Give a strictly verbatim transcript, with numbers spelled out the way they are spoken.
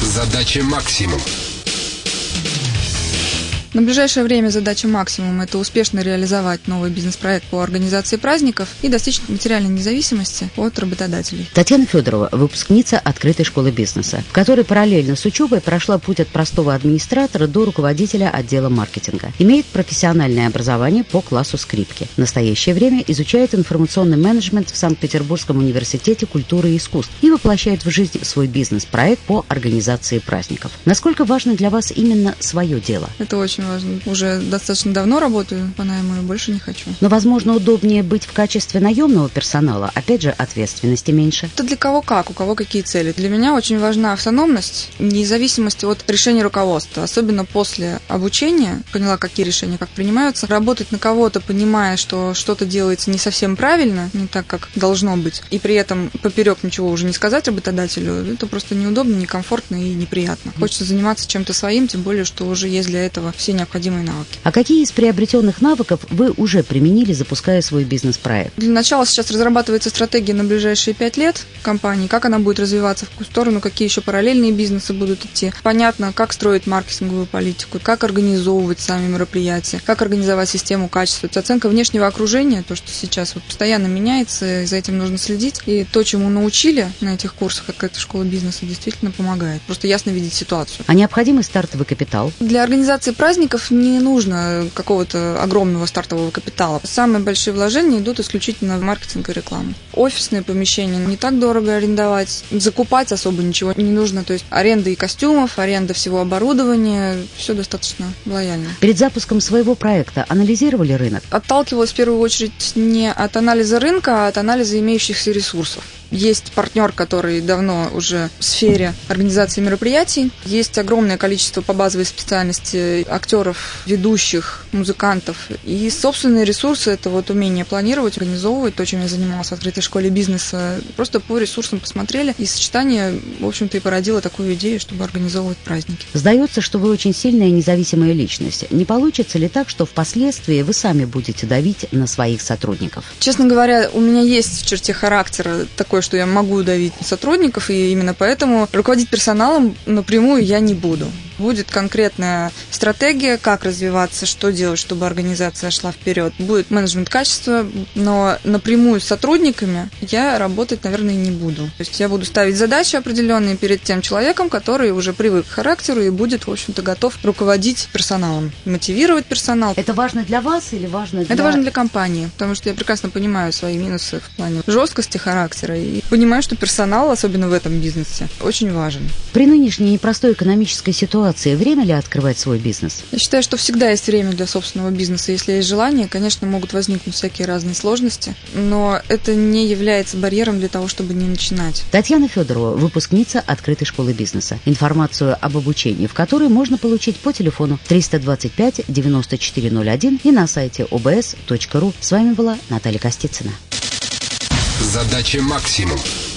Задача максимум. На ближайшее время задача максимум – это успешно реализовать новый бизнес-проект по организации праздников и достичь материальной независимости от работодателей. Татьяна Федорова – выпускница открытой школы бизнеса, в которой параллельно с учебой прошла путь от простого администратора до руководителя отдела маркетинга. Имеет профессиональное образование по классу скрипки. В настоящее время изучает информационный менеджмент в Санкт-Петербургском университете культуры и искусств и воплощает в жизнь свой бизнес-проект по организации праздников. Насколько важно для вас именно свое дело? Это очень важно. Уже достаточно давно работаю по найму и больше не хочу. Но, возможно, удобнее быть в качестве наемного персонала. Опять же, ответственности меньше. Это для кого как, у кого какие цели. Для меня очень важна автономность, независимость от решения руководства. Особенно после обучения, поняла, какие решения как принимаются. Работать на кого-то, понимая, что что-то делается не совсем правильно, не так, как должно быть, и при этом поперек ничего уже не сказать работодателю, это просто неудобно, некомфортно и неприятно. Хочется заниматься чем-то своим, тем более, что уже есть для этого все необходимые навыки. А какие из приобретенных навыков вы уже применили, запуская свой бизнес-проект? Для начала сейчас разрабатывается стратегия на ближайшие пять лет компании, как она будет развиваться, в какую сторону, какие еще параллельные бизнесы будут идти. Понятно, как строить маркетинговую политику, как организовывать сами мероприятия, как организовать систему качества. Это оценка внешнего окружения, то, что сейчас вот постоянно меняется, и за этим нужно следить. И то, чему научили на этих курсах, как эта школа бизнеса, действительно помогает. Просто ясно видеть ситуацию. А необходимый стартовый капитал? Для организации праздников не нужно какого-то огромного стартового капитала. Самые большие вложения идут исключительно в маркетинг и рекламу. Офисные помещения не так дорого арендовать, закупать особо ничего не нужно. То есть аренда и костюмов, аренда всего оборудования, все достаточно лояльно. Перед запуском своего проекта анализировали рынок? Отталкивалась в первую очередь не от анализа рынка, а от анализа имеющихся ресурсов. Есть партнер, который давно уже в сфере организации мероприятий. Есть огромное количество по базовой специальности актеров, ведущих, музыкантов. И собственные ресурсы – это вот умение планировать, организовывать. То, чем я занималась в открытой школе бизнеса. Просто по ресурсам посмотрели. И сочетание, в общем-то, и породило такую идею, чтобы организовывать праздники. Сдается, что вы очень сильная и независимая личность. Не получится ли так, что впоследствии вы сами будете давить на своих сотрудников? Честно говоря, у меня есть в черте характера такой, что я могу давить на сотрудников, и именно поэтому руководить персоналом напрямую я не буду. Будет конкретная стратегия, как развиваться, что делать, чтобы организация шла вперед. Будет менеджмент качества, но напрямую с сотрудниками я работать, наверное, не буду. То есть я буду ставить задачи определенные перед тем человеком, который уже привык к характеру и будет, в общем-то, готов руководить персоналом, мотивировать персонал. Это важно для вас или важно для... Это важно для компании, потому что я прекрасно понимаю свои минусы в плане жесткости характера и понимаю, что персонал, особенно в этом бизнесе, очень важен. При нынешней непростой экономической ситуации время ли открывать свой бизнес? Я считаю, что всегда есть время для собственного бизнеса. Если есть желание, конечно, могут возникнуть всякие разные сложности, но это не является барьером для того, чтобы не начинать. Татьяна Федорова, выпускница открытой школы бизнеса. Информацию об обучении, в которой можно получить по телефону триста двадцать пять девяносто четыре ноль один и на сайте о бэ эс точка ру. С вами была Наталья Костицына. Задача максимум.